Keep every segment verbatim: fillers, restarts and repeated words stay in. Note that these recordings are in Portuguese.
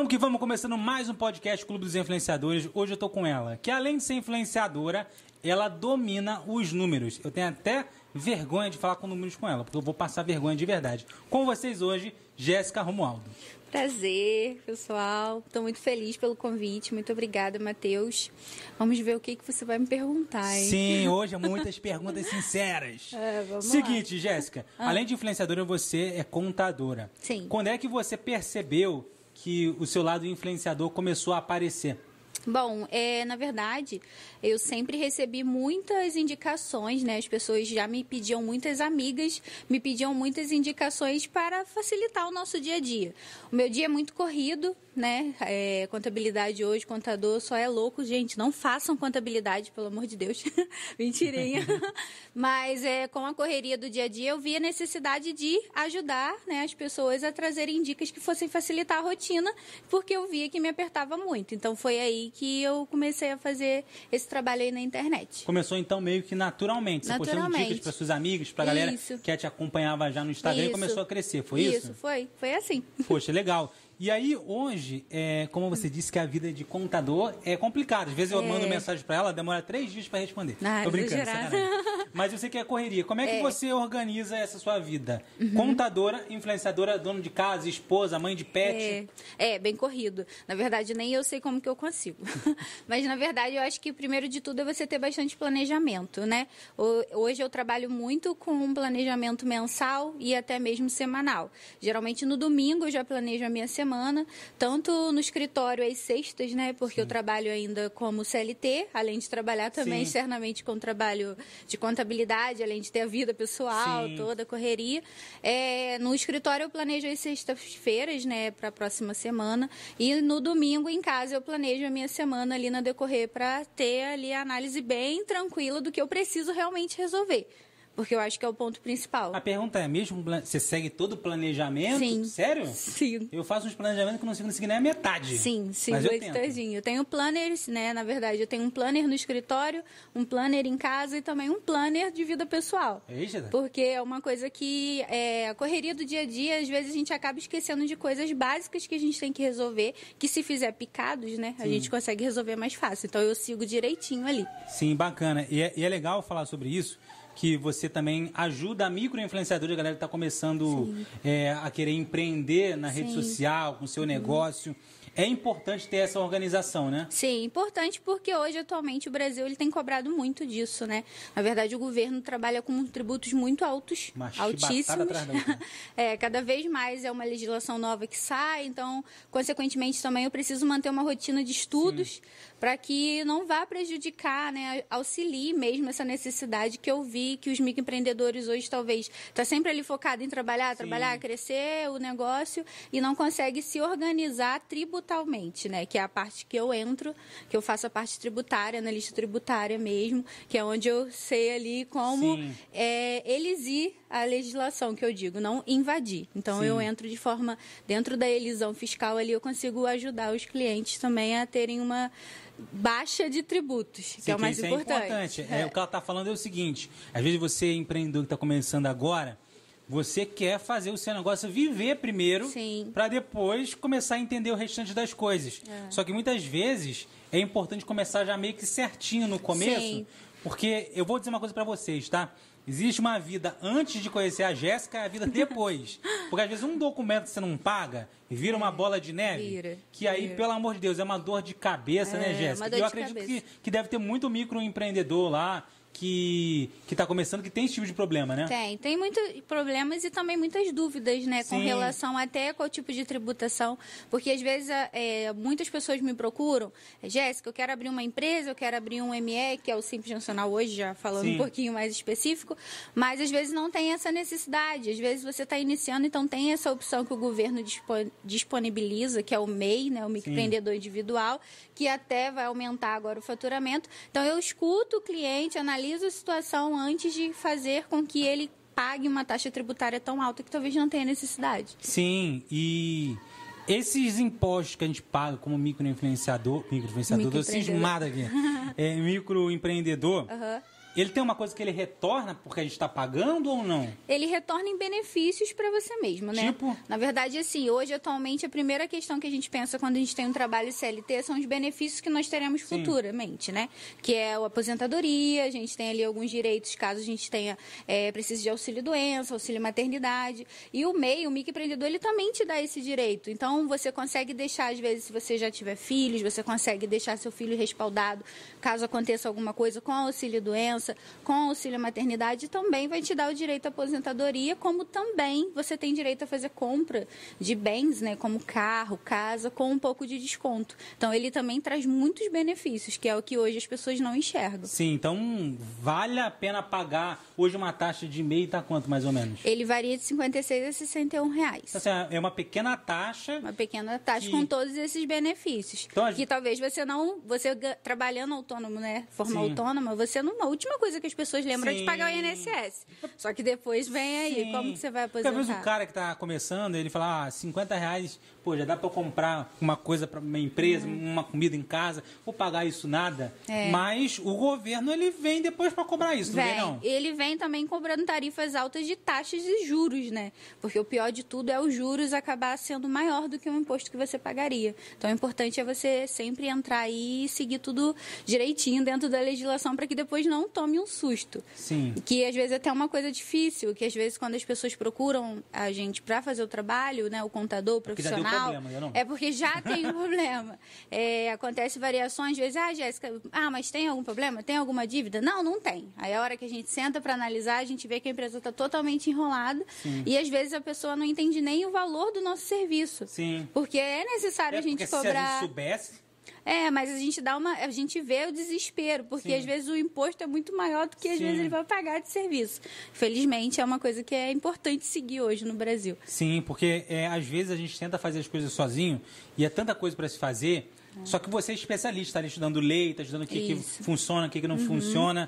Vamos que vamos, começando mais um podcast Clube dos Influenciadores. Hoje eu tô com ela, que além de ser influenciadora, ela domina os números. Eu tenho até vergonha de falar com números com ela, porque eu vou passar vergonha de verdade. Com vocês hoje, Jéssica Romualdo. Prazer, pessoal. Estou muito feliz pelo convite. Muito obrigada, Matheus. Vamos ver o que, que você vai me perguntar, hein? Sim, hoje é muitas perguntas sinceras. É, vamos Seguinte, lá. Jéssica, Ah. além de influenciadora, você é contadora. Sim. Quando é que você percebeu que o seu lado influenciador começou a aparecer? Bom, é, na verdade, eu sempre recebi muitas indicações, né? As pessoas já me pediam, muitas amigas me pediam muitas indicações para facilitar o nosso dia a dia. O meu dia é muito corrido, né? É, contabilidade hoje, contador só é louco, gente. Não façam contabilidade, pelo amor de Deus. Mentirinha. Mas é, com a correria do dia a dia, eu vi a necessidade de ajudar, né, as pessoas a trazerem dicas que fossem facilitar a rotina, porque eu via que me apertava muito. Então foi aí que eu comecei a fazer esse trabalho aí na internet. Começou então meio que naturalmente, você postando Naturalmente. dicas para suas amigas, para a galera Isso. que te acompanhava já no Instagram e Isso. começou a crescer, foi isso? Isso, foi. Foi assim. Poxa, legal. E aí, hoje, é, como você disse que a vida de contador é complicada. Às vezes eu É. mando mensagem para ela, demora três dias para responder. Ah, Tô brincando, exagerado. sacanagem. Mas eu sei que é correria. Como é que É. você organiza essa sua vida? Uhum. Contadora, influenciadora, dona de casa, esposa, mãe de pet? É, é, bem corrido. Na verdade, nem eu sei como que eu consigo. Mas, na verdade, eu acho que o primeiro de tudo é você ter bastante planejamento, né? O- Hoje eu trabalho muito com um planejamento mensal e até mesmo semanal. Geralmente, no domingo, eu já planejo a minha semana, tanto no escritório às sextas, né? Porque eu trabalho ainda como C L T, além de trabalhar também Sim. externamente com trabalho de contabilidade, além de ter a vida pessoal, Sim. toda a correria. É, no escritório eu planejo as sextas-feiras, né, para a próxima semana, e no domingo em casa eu planejo a minha semana ali na decorrer para ter ali a análise bem tranquila do que eu preciso realmente resolver. Porque eu acho que é o ponto principal. A pergunta é mesmo, plan- você segue todo o planejamento? Sim. Sério? Sim. Eu faço uns planejamentos que eu não consigo seguir nem a metade. Sim, sim, Mas eu muito tento. tadinho. Eu tenho planners, né? Na verdade, eu tenho um planner no escritório, um planner em casa e também um planner de vida pessoal. Eita. Porque é uma coisa que é, a correria do dia a dia, às vezes a gente acaba esquecendo de coisas básicas que a gente tem que resolver, que se fizer picados, né? A Sim. gente consegue resolver mais fácil. Então eu sigo direitinho ali. Sim, bacana. E é, e é legal falar sobre isso, que você também ajuda a micro-influenciadora, a galera que está começando é, a querer empreender na rede Sim. Uhum. social, com o seu negócio. É importante ter essa organização, né? Sim, importante porque hoje, atualmente, o Brasil ele tem cobrado muito disso, né? Na verdade, o governo trabalha com tributos muito altos, Uma altíssimos. chibatada atrás da outra. É, cada vez mais é uma legislação nova que sai, então, consequentemente, também eu preciso manter uma rotina de estudos para que não vá prejudicar, né? Auxilie mesmo essa necessidade que eu vi que os microempreendedores hoje, talvez, está sempre ali focado em trabalhar, trabalhar, crescer o negócio e não consegue se organizar tributalmente, né? Que é a parte que eu entro, que eu faço a parte tributária, analista tributária mesmo, que é onde eu sei ali como Sim. é, elixir a legislação, que eu digo, não invadir. Então, Sim. eu entro de forma, dentro da elisão fiscal ali, eu consigo ajudar os clientes também a terem uma baixa de tributos, que Sim, é o mais isso importante. é importante. É, o que ela está falando é o seguinte, às vezes você, empreendedor que está começando agora, você quer fazer o seu negócio viver primeiro, Sim. para depois começar a entender o restante das coisas. É. Só que muitas vezes é importante começar já meio que certinho no começo, Sim. porque eu vou dizer uma coisa para vocês, tá? Existe uma vida antes de conhecer a Jéssica e a vida depois. Porque às vezes um documento que você não paga e vira uma bola de neve, Vira, que aí, vira. pelo amor de Deus, é uma dor de cabeça, É, né, uma Jéssica? dor E eu de acredito cabeça. que, que deve ter muito microempreendedor lá que que está começando que tem esse tipo de problema, né? Tem, tem muitos problemas e também muitas dúvidas, né, com Sim. relação até qual tipo de tributação, porque às vezes é, muitas pessoas me procuram, Jéssica, eu quero abrir uma empresa, eu quero abrir um M E, que é o Simples Nacional hoje, já falando Sim. um pouquinho mais específico, mas às vezes não tem essa necessidade, às vezes você está iniciando, então tem essa opção que o governo dispo- disponibiliza, que é o M E I, né, o microempreendedor individual, que até vai aumentar agora o faturamento. Então eu escuto o cliente, analiso a situação antes de fazer com que ele pague uma taxa tributária tão alta que talvez não tenha necessidade. Sim, e esses impostos que a gente paga como microinfluenciador, microinfluenciador, tô Microempreendedor. cismado aqui, é, microempreendedor, Aham. Ele tem uma coisa que ele retorna porque a gente está pagando ou não? Ele retorna em benefícios para você mesmo, né? Tipo? Na verdade, assim, hoje, atualmente, a primeira questão que a gente pensa quando a gente tem um trabalho C L T são os benefícios que nós teremos Sim. futuramente, né? Que é a aposentadoria, a gente tem ali alguns direitos, caso a gente tenha, é, precise de auxílio-doença, auxílio-maternidade. E o M E I, o microempreendedor, ele também te dá esse direito. Então, você consegue deixar, às vezes, se você já tiver filhos, você consegue deixar seu filho respaldado, caso aconteça alguma coisa, com auxílio-doença, com auxílio maternidade, também vai te dar o direito à aposentadoria, como também você tem direito a fazer compra de bens, né, como carro, casa, com um pouco de desconto. Então, ele também traz muitos benefícios, que é o que hoje as pessoas não enxergam. Sim, então vale a pena pagar hoje uma taxa de M E I, tá quanto mais ou menos? Ele varia de cinquenta e seis a sessenta e um reais. Então, assim, é uma pequena taxa. Uma pequena taxa que... com todos esses benefícios. Então, a... Que talvez você não, você trabalhando autônomo, né, forma Sim. autônoma, você não, a última coisa que as pessoas lembram é de pagar o I N S S. Só que depois vem aí, Sim. como que você vai Porque aposentar? às vezes o cara que está começando, ele fala, ah, cinquenta reais, pô, já dá para eu comprar uma coisa para minha empresa, uhum. uma comida em casa, vou pagar isso nada. É. Mas o governo, ele vem depois para cobrar isso, vem. não vem não? Ele vem também cobrando tarifas altas de taxas e juros, né? Porque o pior de tudo é os juros acabar sendo maior do que o imposto que você pagaria. Então, o importante é você sempre entrar aí e seguir tudo direitinho dentro da legislação para que depois não tome um susto. Sim. Que às vezes é até uma coisa difícil, que às vezes quando as pessoas procuram a gente para fazer o trabalho, né, o contador, o profissional, porque já deu problema, não? é porque já tem um problema. É, acontece variações, às vezes, ah, Jéssica, ah, mas tem algum problema? Tem alguma dívida? Não, não tem. Aí a hora que a gente senta para analisar, a gente vê que a empresa está totalmente enrolada. Sim. E às vezes a pessoa não entende nem o valor do nosso serviço. Sim. Porque é necessário é a gente porque cobrar. Se a gente soubesse. É, mas a gente dá uma, a gente vê o desespero, porque Sim. às vezes o imposto é muito maior do que às Sim. vezes ele vai pagar de serviço. Felizmente é uma coisa que é importante seguir hoje no Brasil. Sim, porque é, às vezes a gente tenta fazer as coisas sozinho e é tanta coisa para se fazer, é. Só que você é especialista, está ali estudando lei, está estudando o que, que funciona, o que, que não uhum. funciona.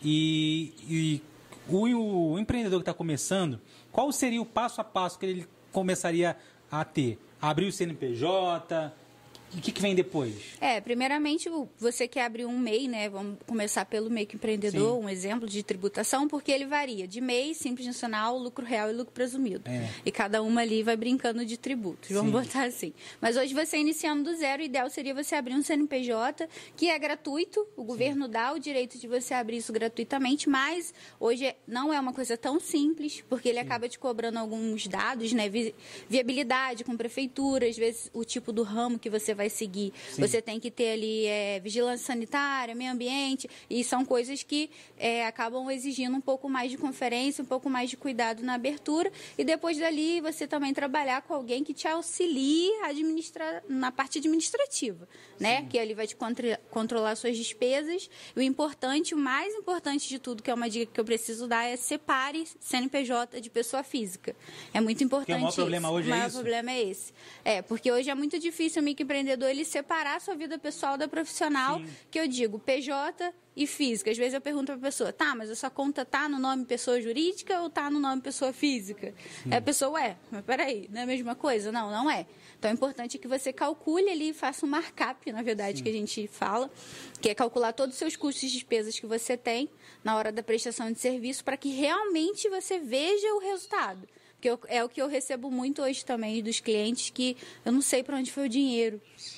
E, e o, o empreendedor que está começando, qual seria o passo a passo que ele começaria a ter? Abrir o C N P J? E o que, que vem depois? É, primeiramente, você quer abrir um M E I, né? Vamos começar pelo M E I empreendedor, Sim. um exemplo de tributação, porque ele varia de M E I, Simples Nacional, lucro real e lucro presumido. É. E cada uma ali vai brincando de tributos, vamos Sim. botar assim. Mas hoje você iniciando do zero, o ideal seria você abrir um C N P J, que é gratuito, o governo Sim. dá o direito de você abrir isso gratuitamente, mas hoje não é uma coisa tão simples, porque ele Sim. acaba te cobrando alguns dados, né? Vi- viabilidade com prefeitura, às vezes o tipo do ramo que você vai vai seguir. Sim. Você tem que ter ali é, vigilância sanitária, meio ambiente, e são coisas que é, acabam exigindo um pouco mais de conferência, um pouco mais de cuidado na abertura, e depois dali você também trabalhar com alguém que te auxilie administra... na parte administrativa, né? Que ali vai te contra... controlar suas despesas. E o importante, o mais importante de tudo, que é uma dica que eu preciso dar, é separe C N P J de pessoa física. É muito importante porque o maior isso. problema hoje o maior é isso? problema é esse. É, porque hoje é muito difícil o microempreendedor ele separar a sua vida pessoal da profissional, Sim. que eu digo P J e física. Às vezes eu pergunto para a pessoa, tá, mas a sua conta tá no nome pessoa jurídica ou tá no nome pessoa física? Sim. Aí a pessoa, ué, mas peraí, não é a mesma coisa? Não, não é. Então é importante que você calcule ali e faça um markup, na verdade, Sim. que a gente fala, que é calcular todos os seus custos e despesas que você tem na hora da prestação de serviço para que realmente você veja o resultado. Que eu, é o que eu recebo muito hoje também dos clientes, que eu não sei para onde foi o dinheiro.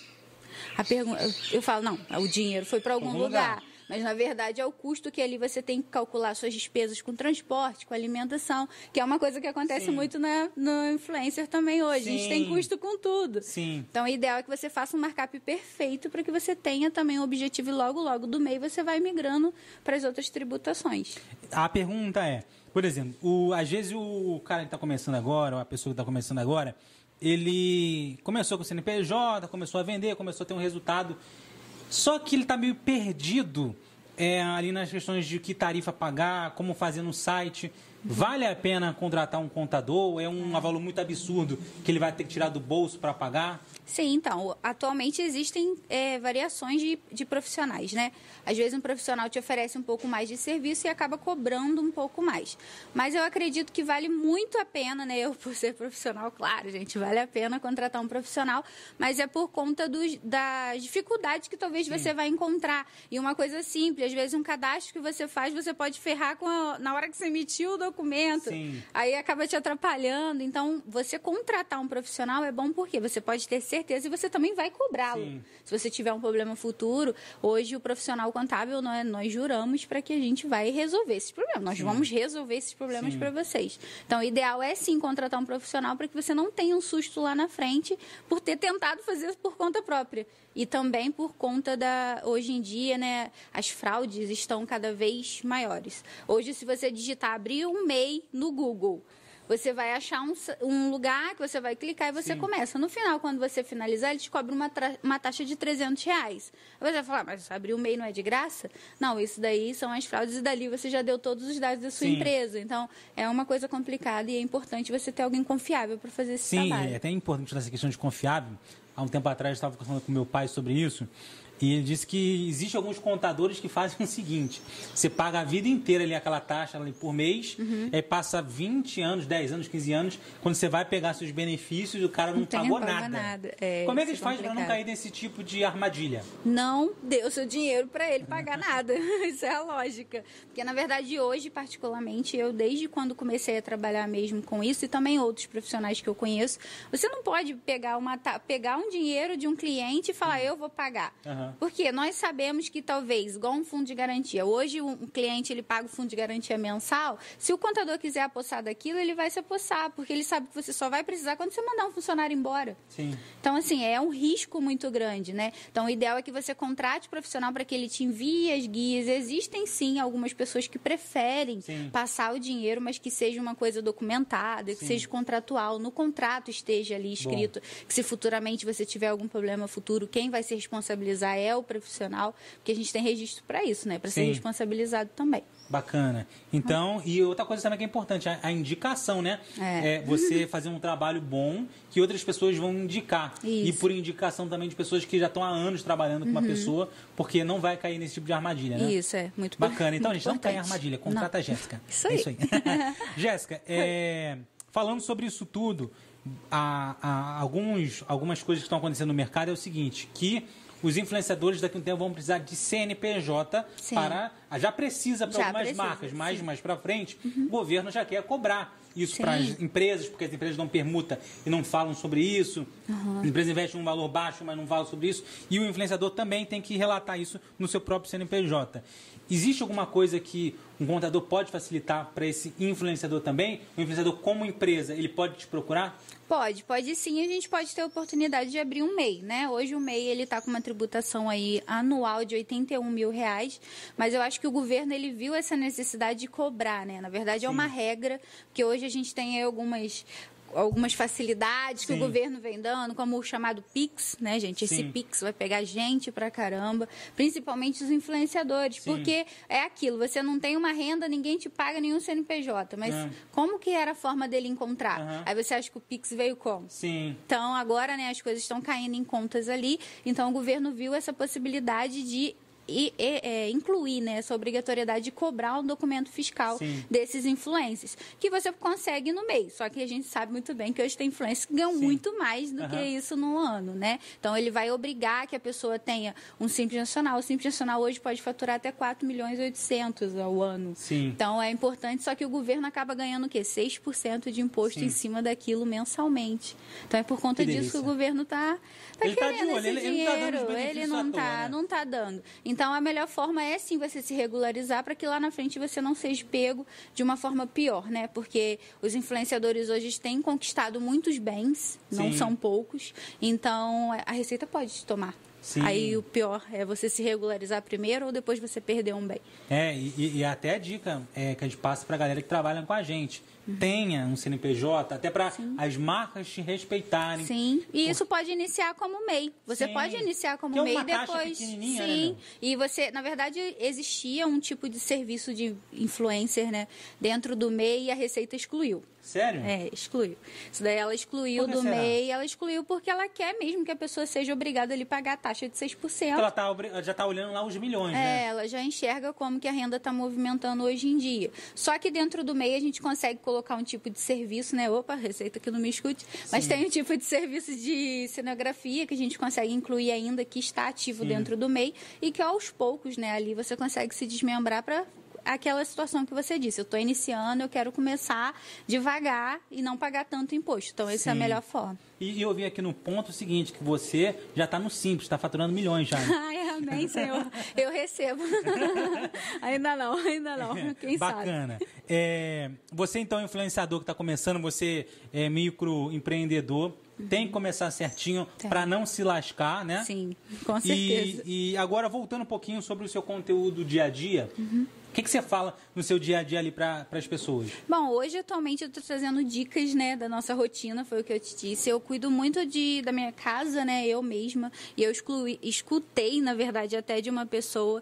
A pergunta, eu, eu falo, não, o dinheiro foi para algum, algum lugar. lugar. Mas, na verdade, é o custo que ali você tem que calcular suas despesas com transporte, com alimentação, que é uma coisa que acontece Sim. muito na, no influencer também hoje. Sim. A gente tem custo com tudo. Sim. Então, o ideal é que você faça um markup perfeito para que você tenha também um objetivo e logo, logo do meio você vai migrando para as outras tributações. A pergunta é, por exemplo, o, às vezes o cara que está começando agora, ou a pessoa que está começando agora, ele começou com o C N P J, começou a vender, começou a ter um resultado, só que ele está meio perdido é, ali nas questões de que tarifa pagar, como fazer no site. Vale a pena contratar um contador ou é um valor muito absurdo que ele vai ter que tirar do bolso para pagar? Sim, então, atualmente existem é, variações de, de profissionais, né? Às vezes um profissional te oferece um pouco mais de serviço e acaba cobrando um pouco mais. Mas eu acredito que vale muito a pena, né? Eu, por ser profissional, claro, gente, vale a pena contratar um profissional, mas é por conta dos, das dificuldades que talvez Sim. você vai encontrar. E uma coisa simples, às vezes um cadastro que você faz, você pode ferrar com a, na hora que você emitiu o documento, Sim. aí acaba te atrapalhando. Então, você contratar um profissional é bom porque você pode ter certeza e você também vai cobrá-lo. Se você tiver um problema futuro, hoje o profissional contábil, nós, nós juramos para que a gente vai resolver esses problemas. Nós sim. vamos resolver esses problemas para vocês. Então, o ideal é sim contratar um profissional para que você não tenha um susto lá na frente por ter tentado fazer por conta própria. E também por conta da, hoje em dia, né, as fraudes estão cada vez maiores. Hoje, se você digitar, abrir um M E I no Google, você vai achar um, um lugar que você vai clicar e você Sim. começa. No final, quando você finalizar, ele te cobra uma, uma taxa de trezentos reais. Aí você vai falar, mas abrir o M E I não é de graça? Não, isso daí são as fraudes e dali você já deu todos os dados da sua Sim. empresa. Então, é uma coisa complicada e é importante você ter alguém confiável para fazer esse Sim, trabalho. Sim, é até importante nessa questão de confiável. Há um tempo atrás eu estava conversando com meu pai sobre isso. E ele disse que existem alguns contadores que fazem o seguinte: você paga a vida inteira ali aquela taxa ali por mês, uhum. aí passa vinte anos, dez anos, quinze anos, quando você vai pegar seus benefícios, o cara não, não pagou nada. nada. É, Como é que eles fazem para não cair nesse tipo de armadilha? Não deu seu dinheiro para ele pagar nada. Isso é a lógica. Porque, na verdade, hoje, particularmente, eu, desde quando comecei a trabalhar mesmo com isso, e também outros profissionais que eu conheço, você não pode pegar, uma, pegar um dinheiro de um cliente e falar, eu vou pagar. Uhum. Porque nós sabemos que talvez, igual um fundo de garantia, hoje um cliente ele paga o fundo de garantia mensal, se o contador quiser apossar daquilo, ele vai se apossar, porque ele sabe que você só vai precisar quando você mandar um funcionário embora. Sim. Então, assim, é um risco muito grande, né? Então, o ideal é que você contrate profissional para que ele te envie as guias. Existem, sim, algumas pessoas que preferem sim. passar o dinheiro, mas que seja uma coisa documentada, que sim. seja contratual, no contrato esteja ali escrito, Bom. que se futuramente você tiver algum problema futuro, quem vai se responsabilizar é o profissional, porque a gente tem registro para isso, né? Para ser responsabilizado também. Bacana. Então, e outra coisa também que é importante, a, a indicação, né? É. é você fazer um trabalho bom que outras pessoas vão indicar. Isso. E por indicação também de pessoas que já estão há anos trabalhando com uhum. uma pessoa, porque não vai cair nesse tipo de armadilha, né? Isso, é. Muito bacana. Então, muito gente, não cai em armadilha. Contrata não. a Jéssica. Isso aí. É isso aí. Jéssica, é, falando sobre isso tudo, há, há alguns, algumas coisas que estão acontecendo no mercado é o seguinte, que os influenciadores daqui a um tempo vão precisar de C N P J Sim. para... Já precisa para algumas precisa, marcas, mas mais para frente, uhum. o governo já quer cobrar isso para as empresas, porque as empresas dão permuta e não falam sobre isso. Uhum. As empresas investem um valor baixo, mas não falam sobre isso. E o influenciador também tem que relatar isso no seu próprio C N P J. Existe alguma coisa que um contador pode facilitar para esse influenciador também? O influenciador, como empresa, ele pode te procurar? Pode, pode sim. A gente pode ter a oportunidade de abrir um M E I, né? Hoje o M E I está com uma tributação aí anual de oitenta e um mil reais, mas eu acho que o governo ele viu essa necessidade de cobrar, né? Na verdade, sim. é uma regra, porque hoje a gente tem aí algumas... algumas facilidades Sim. que o governo vem dando, como o chamado Pix, né, gente? Esse Sim. Pix vai pegar gente pra caramba, principalmente os influenciadores, Sim. porque é aquilo, você não tem uma renda, ninguém te paga nenhum C N P J, mas é. como que era a forma dele encontrar? Uhum. Aí você acha que o Pix veio como? Sim. Então, agora, né, as coisas estão caindo em contas ali, então o governo viu essa possibilidade de E, e é, incluir né, essa obrigatoriedade de cobrar um documento fiscal Sim. desses influencers, que você consegue no mês. Só que a gente sabe muito bem que hoje tem influencers que ganham Sim. muito mais do uhum. que isso no ano, né? Então, ele vai obrigar que a pessoa tenha um Simples Nacional. O Simples Nacional hoje pode faturar até quatro milhões e oitocentos ao ano. Sim. Então, é importante, só que o governo acaba ganhando o quê? seis por cento de imposto Sim. em cima daquilo mensalmente. Então, é por conta que disso delícia. que o governo está tá querendo tá olho, esse ele, dinheiro. Ele não está né? não tá dando. Então, a melhor forma é, sim, você se regularizar para que lá na frente você não seja pego de uma forma pior, né? Porque os influenciadores hoje têm conquistado muitos bens, não sim. são poucos. Então, a receita pode te tomar. Sim. Aí o pior é você se regularizar primeiro ou depois você perder um bem. É, e, e até a dica é, que a gente passa para a galera que trabalha com a gente. tenha um C N P J, até para as marcas te respeitarem. Sim, e isso pode iniciar como M E I. Você Sim. pode iniciar como Que é M E I uma e taxa depois... pequenininha, Sim, né, e você, na verdade, existia um tipo de serviço de influencer, né, dentro do M E I e a Receita excluiu. Sério? É, excluiu. Isso daí ela excluiu Por que do será? M E I, ela excluiu porque ela quer mesmo que a pessoa seja obrigada a lhe pagar a taxa de seis por cento. Ela tá, obri- já está olhando lá os milhões, É, né? ela já enxerga como que a renda está movimentando hoje em dia. Só que dentro do M E I a gente consegue colocar um tipo de serviço, né? Opa, Receita que não me escute. Mas Sim. tem um tipo de serviço de cenografia que a gente consegue incluir ainda, que está ativo Sim. dentro do M E I e que aos poucos, né, ali você consegue se desmembrar para aquela situação que você disse. Eu estou iniciando, eu quero começar devagar e não pagar tanto imposto. Então, essa é a Sim. melhor forma. E, e eu vi aqui no ponto o seguinte, que você já está no Simples, está faturando milhões já. Né? Ai, amém, Senhor. Eu recebo. Ainda não, ainda não. Quem sabe? Bacana. É, você, então, é influenciador que está começando, você é microempreendedor, uhum. tem que começar certinho para não se lascar, né? Sim, com certeza. E, e agora, voltando um pouquinho sobre o seu conteúdo dia a dia, uhum. o que, que você fala no seu dia a dia ali para as pessoas? Bom, hoje, atualmente, eu estou trazendo dicas, né, da nossa rotina, foi o que eu te disse. Eu cuido muito de, da minha casa, né, eu mesma. E eu excluí, escutei, na verdade, até de uma pessoa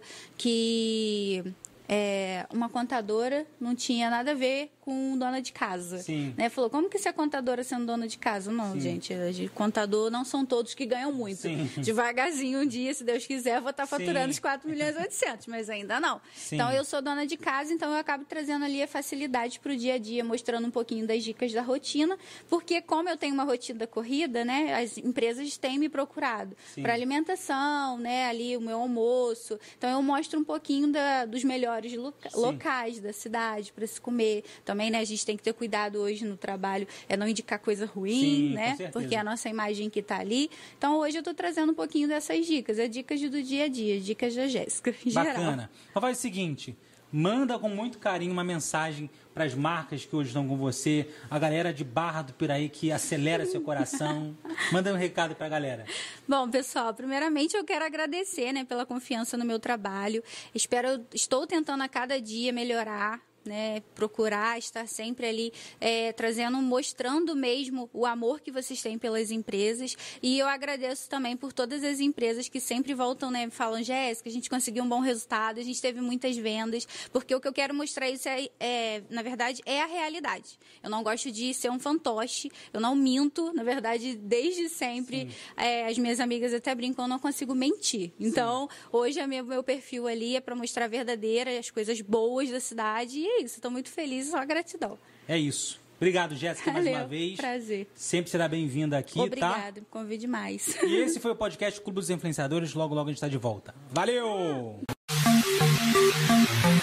que... É, uma contadora não tinha nada a ver com dona de casa. Sim. Né? Falou, como que você é contadora sendo dona de casa? Não, Sim. gente, de contador não são todos que ganham muito. Sim. Devagarzinho, um dia, se Deus quiser, eu vou estar faturando Sim. os quatro milhões e oitocentos, mas ainda não. Sim. Então, eu sou dona de casa, então eu acabo trazendo ali a facilidade para o dia a dia, mostrando um pouquinho das dicas da rotina, porque como eu tenho uma rotina corrida, né, as empresas têm me procurado para alimentação, né, ali o meu almoço. Então, eu mostro um pouquinho da, dos melhores loca locais da cidade para se comer. Também, né, a gente tem que ter cuidado hoje no trabalho, é não indicar coisa ruim, Sim, né, porque é a nossa imagem que está ali. Então, hoje eu estou trazendo um pouquinho dessas dicas, é dicas do dia a dia, dicas da Jéssica, em geral. Bacana. Então faz o seguinte, manda com muito carinho uma mensagem para as marcas que hoje estão com você, a galera de Barra do Piraí que acelera seu coração. Manda um recado para a galera. Bom, pessoal, primeiramente eu quero agradecer, né, pela confiança no meu trabalho. Espero, estou tentando a cada dia melhorar, né, procurar estar sempre ali é, trazendo, mostrando mesmo o amor que vocês têm pelas empresas, e eu agradeço também por todas as empresas que sempre voltam, né, falam, Jéssica, a gente conseguiu um bom resultado, a gente teve muitas vendas, porque o que eu quero mostrar isso é, é na verdade, é a realidade. Eu não gosto de ser um fantoche, eu não minto, na verdade, desde sempre, é, as minhas amigas até brincam, eu não consigo mentir. Então, sim, hoje o meu, meu perfil ali é para mostrar verdadeira, as coisas boas da cidade, e é isso, estou muito feliz, só gratidão. É isso. Obrigado, Jéssica, mais Valeu, uma vez. Prazer. Sempre será bem-vinda aqui, Obrigada, tá? me convide mais. E esse foi o podcast Clube dos Influenciadores. Logo, logo a gente está de volta. Valeu!